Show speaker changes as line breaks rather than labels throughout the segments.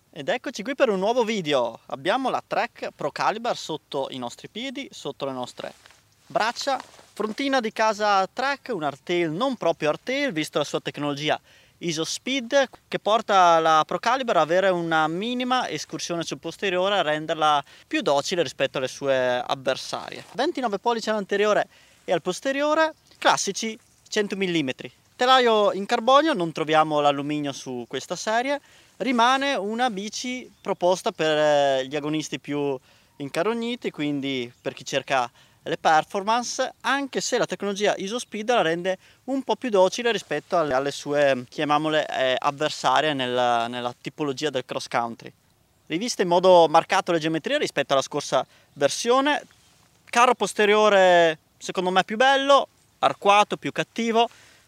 Ed eccoci qui per un nuovo video. Abbiamo la Trek Pro Caliber sotto i nostri piedi, sotto le nostre braccia. Frontina di casa Trek, un hardtail non proprio hardtail, visto la sua tecnologia ISOSpeed, che porta la Pro Caliber ad avere una minima escursione sul posteriore e renderla più docile rispetto alle sue avversarie. 29 pollici all'anteriore e al posteriore, classici 100 mm. Telaio in carbonio, non troviamo l'alluminio su questa serie. Rimane una bici proposta per gli agonisti più incarogniti, quindi per chi cerca le performance, anche se la tecnologia ISOSpeed la rende un po' più docile rispetto alle sue, chiamiamole, avversarie nella tipologia del cross country. Riviste in modo marcato le geometrie rispetto alla scorsa versione, carro posteriore secondo me più bello, arcuato, più cattivo,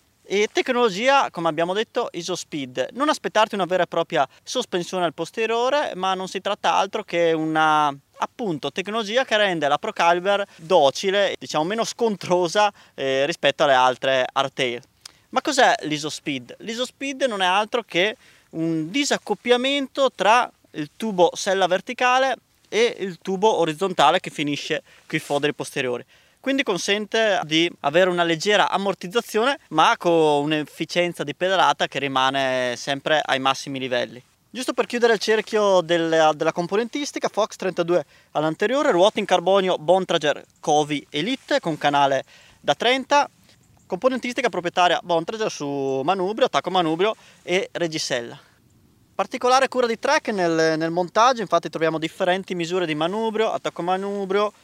e tecnologia, come abbiamo detto, ISOSpeed. Non aspettarti una vera e propria sospensione al posteriore, ma non si tratta altro che una, appunto, tecnologia che rende la Pro Caliber docile, diciamo meno scontrosa rispetto alle altre hardtail. Ma cos'è l'ISOSpeed? L'ISOSpeed non è altro che un disaccoppiamento tra il tubo sella verticale e il tubo orizzontale che finisce con i foderi posteriori. Quindi consente di avere una leggera ammortizzazione, ma con un'efficienza di pedalata che rimane sempre ai massimi livelli. Giusto per chiudere il cerchio della componentistica, Fox 32 all'anteriore, ruote in carbonio Bontrager Covey Elite con canale da 30, componentistica proprietaria Bontrager su manubrio, attacco manubrio e reggisella. Particolare cura di Trek nel montaggio, infatti troviamo differenti misure di manubrio, attacco manubrio,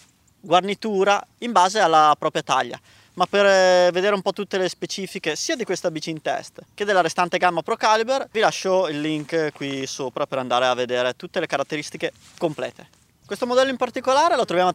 guarnitura in base alla propria taglia. Ma per vedere un po' tutte le specifiche sia di questa bici in test che della restante gamma Pro Caliber, vi lascio il link qui sopra per andare a vedere tutte le caratteristiche complete. Questo modello in particolare lo troviamo a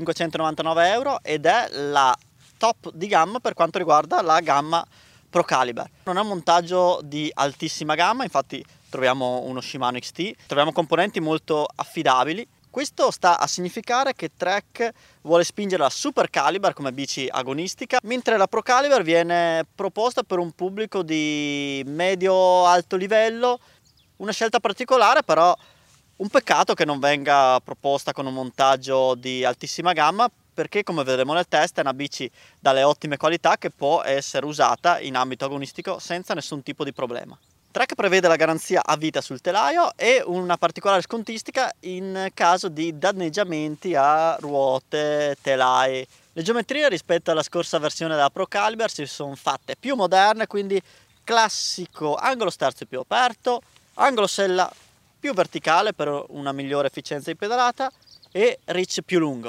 3.599 euro ed è la top di gamma per quanto riguarda la gamma Pro Caliber. Non è un montaggio di altissima gamma, infatti troviamo uno Shimano XT, troviamo componenti molto affidabili. Questo sta a significare che Trek vuole spingere la Super Caliber come bici agonistica, mentre la Pro Caliber viene proposta per un pubblico di medio-alto livello, una scelta particolare, però un peccato che non venga proposta con un montaggio di altissima gamma, perché come vedremo nel test è una bici dalle ottime qualità che può essere usata in ambito agonistico senza nessun tipo di problema. Trek prevede la garanzia a vita sul telaio e una particolare scontistica in caso di danneggiamenti a ruote, telai. Le geometrie rispetto alla scorsa versione della Pro Caliber si sono fatte più moderne, quindi classico angolo sterzo più aperto, angolo sella più verticale per una migliore efficienza di pedalata e reach più lungo.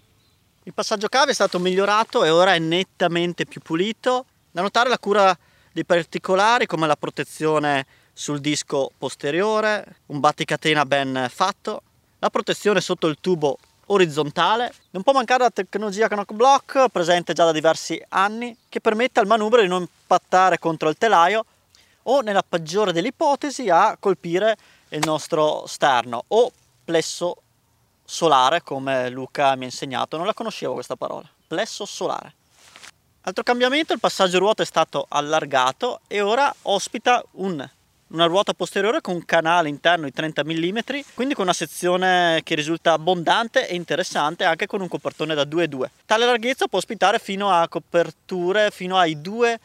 Il passaggio cave è stato migliorato e ora è nettamente più pulito. Da notare la cura dei particolari come la protezione sul disco posteriore, un batticatena ben fatto, la protezione sotto il tubo orizzontale. Non può mancare la tecnologia Knock Block, presente già da diversi anni, che permette al manubrio di non impattare contro il telaio o, nella peggiore delle ipotesi, a colpire il nostro sterno o plesso solare, come Luca mi ha insegnato. Non la conoscevo questa parola, plesso solare. Altro cambiamento, il passaggio ruota è stato allargato e ora ospita una ruota posteriore con un canale interno di 30 mm, quindi con una sezione che risulta abbondante e interessante, anche con un copertone da 2,2. Tale larghezza può ospitare fino a coperture fino ai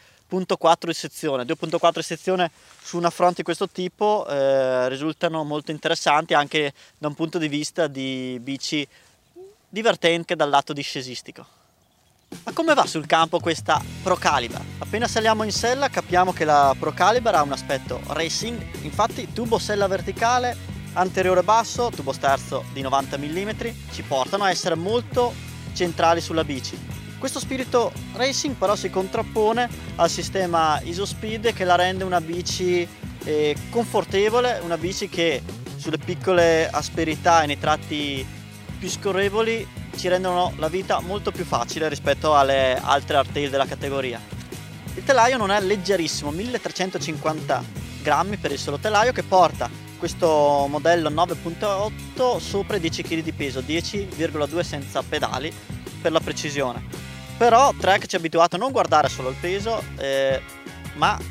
2,4 di sezione. 2,4 di sezione su una fronte di questo tipo risultano molto interessanti anche da un punto di vista di bici divertente dal lato discesistico. Ma come va sul campo questa Pro Caliber? Appena saliamo in sella capiamo che la Pro Caliber ha un aspetto racing, infatti tubo sella verticale, anteriore basso, tubo sterzo di 90 mm ci portano a essere molto centrali sulla bici. Questo spirito racing però si contrappone al sistema ISOSpeed che la rende una bici confortevole, una bici che sulle piccole asperità e nei tratti più scorrevoli ci rendono la vita molto più facile rispetto alle altre hardtail della categoria. Il telaio non è leggerissimo, 1350 grammi per il solo telaio, che porta questo modello 9.8 sopra i 10 kg di peso, 10,2 senza pedali per la precisione. Però Trek ci ha abituato a non guardare solo il peso, ma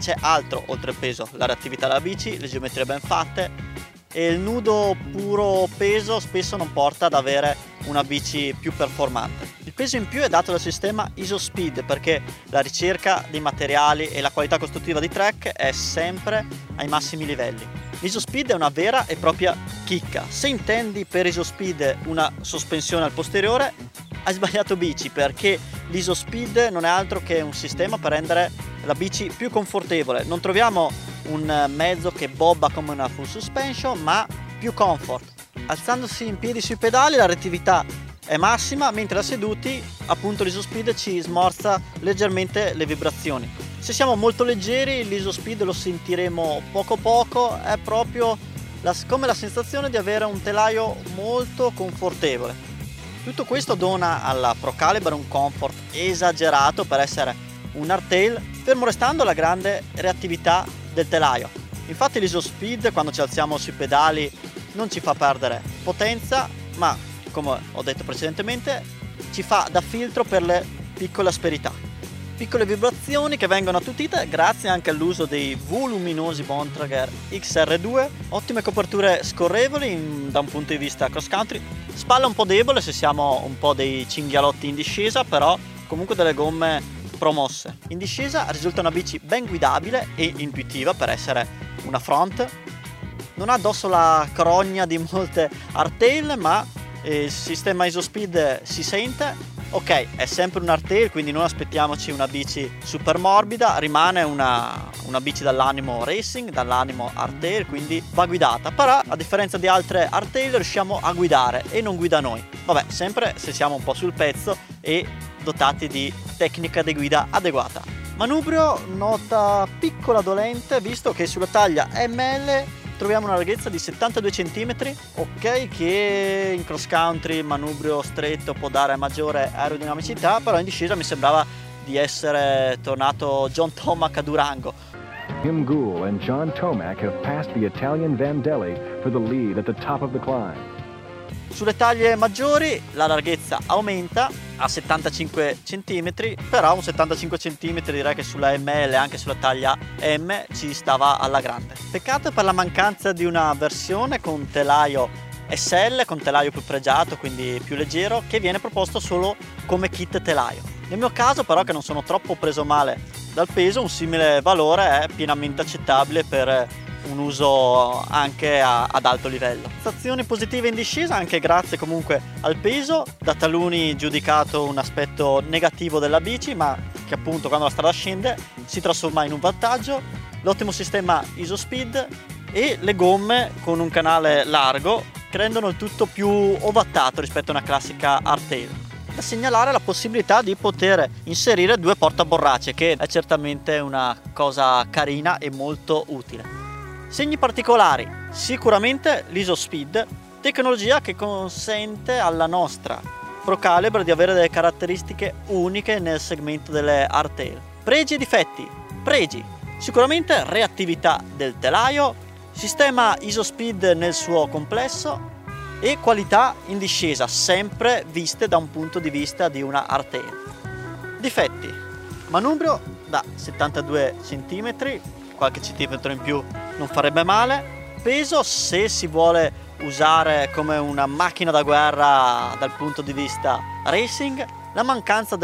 c'è altro oltre il peso: la reattività della bici, le geometrie ben fatte, e il nudo puro peso spesso non porta ad avere una bici più performante. Il peso in più è dato dal sistema ISOSPEED, perché la ricerca dei materiali e la qualità costruttiva di Trek è sempre ai massimi livelli. L'ISOSPEED è una vera e propria chicca. Se intendi per ISOSPEED una sospensione al posteriore, hai sbagliato bici, perché l'ISOSPEED non è altro che un sistema per rendere la bici più confortevole. Non troviamo un mezzo che bobba come una full suspension, ma più comfort. Alzandosi in piedi sui pedali la reattività è massima, mentre da seduti appunto l'ISOSPEED ci smorza leggermente le vibrazioni. Se siamo molto leggeri l'ISOSPEED lo sentiremo poco, è proprio come la sensazione di avere un telaio molto confortevole. Tutto questo dona alla Procaliber un comfort esagerato per essere un hardtail, fermo restando la grande reattività del telaio. Infatti l'ISOSPEED, quando ci alziamo sui pedali, non ci fa perdere potenza, ma come ho detto precedentemente ci fa da filtro per le piccole asperità, piccole vibrazioni che vengono attutite grazie anche all'uso dei voluminosi Bontrager XR2, ottime coperture scorrevoli da un punto di vista cross country, spalla un po' debole se siamo un po' dei cinghialotti in discesa, però comunque delle gomme promosse. In discesa risulta una bici ben guidabile e intuitiva per essere una front. Non ha addosso la crogna di molte hardtail, ma il sistema ISOSPEED si sente. Ok, è sempre un hardtail, quindi non aspettiamoci una bici super morbida, rimane una bici dall'animo racing, dall'animo hardtail, quindi va guidata. Però a differenza di altre hardtail riusciamo a guidare e non guida noi. Vabbè, sempre se siamo un po' sul pezzo e dotati di tecnica di guida adeguata. Manubrio, nota piccola dolente, visto che sulla taglia ML troviamo una larghezza di 72 cm. Ok, che in cross country il manubrio stretto può dare maggiore aerodinamicità, però in discesa mi sembrava di essere tornato John Tomac a Durango.
Tim Gould and John Tomac have passed the Italian Vandelli for the lead at the top of the climb.
Sulle taglie maggiori la larghezza aumenta a 75 cm, però un 75 cm direi che sulla ML e anche sulla taglia M ci stava alla grande. Peccato per la mancanza di una versione con telaio SL, con telaio più pregiato, quindi più leggero, che viene proposto solo come kit telaio. Nel mio caso però, che non sono troppo preso male dal peso, un simile valore è pienamente accettabile per un uso anche ad alto livello. Sensazioni positive in discesa anche grazie comunque al peso, da taluni giudicato un aspetto negativo della bici, ma che appunto quando la strada scende si trasforma in un vantaggio, l'ottimo sistema ISOSPEED e le gomme con un canale largo che rendono il tutto più ovattato rispetto a una classica hardtail. Da segnalare la possibilità di poter inserire due portaborracce, che è certamente una cosa carina e molto utile. Segni particolari: sicuramente l'ISOSPEED, tecnologia che consente alla nostra Procaliber di avere delle caratteristiche uniche nel segmento delle hardtail. Pregi e difetti: pregi, sicuramente reattività del telaio, sistema ISOSPEED nel suo complesso e qualità in discesa, sempre viste da un punto di vista di una hardtail. Difetti: manubrio da 72 cm, qualche centimetro in più non farebbe male. Peso, se si vuole usare come una macchina da guerra dal punto di vista racing. La mancanza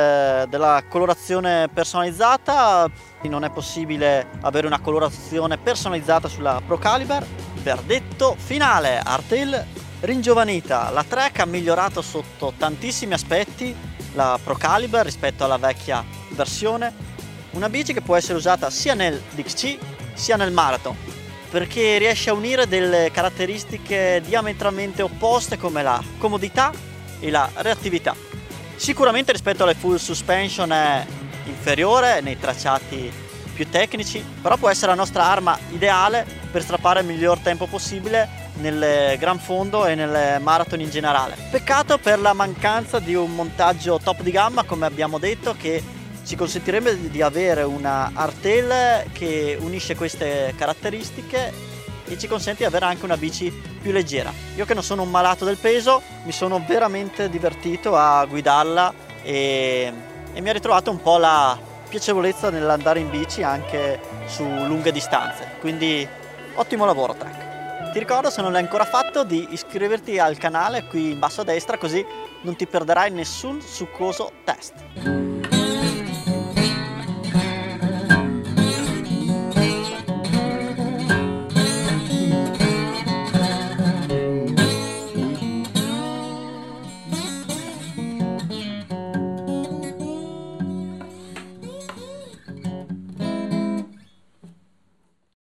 della colorazione personalizzata, non è possibile avere una colorazione personalizzata sulla Procaliber. Verdetto finale: hardtail ringiovanita. La Trek ha migliorato sotto tantissimi aspetti la Procaliber rispetto alla vecchia versione. Una bici che può essere usata sia nel DXC sia nel marathon, perché riesce a unire delle caratteristiche diametralmente opposte come la comodità e la reattività. Sicuramente rispetto alle full suspension è inferiore nei tracciati più tecnici, però può essere la nostra arma ideale per strappare il miglior tempo possibile nel gran fondo e nel marathon in generale. Peccato per la mancanza di un montaggio top di gamma, come abbiamo detto, che ci consentirebbe di avere una hardtail che unisce queste caratteristiche e ci consente di avere anche una bici più leggera. Io, che non sono un malato del peso, mi sono veramente divertito a guidarla e mi ha ritrovato un po' la piacevolezza nell'andare in bici anche su lunghe distanze, quindi ottimo lavoro Trek. Ti ricordo, se non l'hai ancora fatto, di iscriverti al canale qui in basso a destra, così non ti perderai nessun succoso test.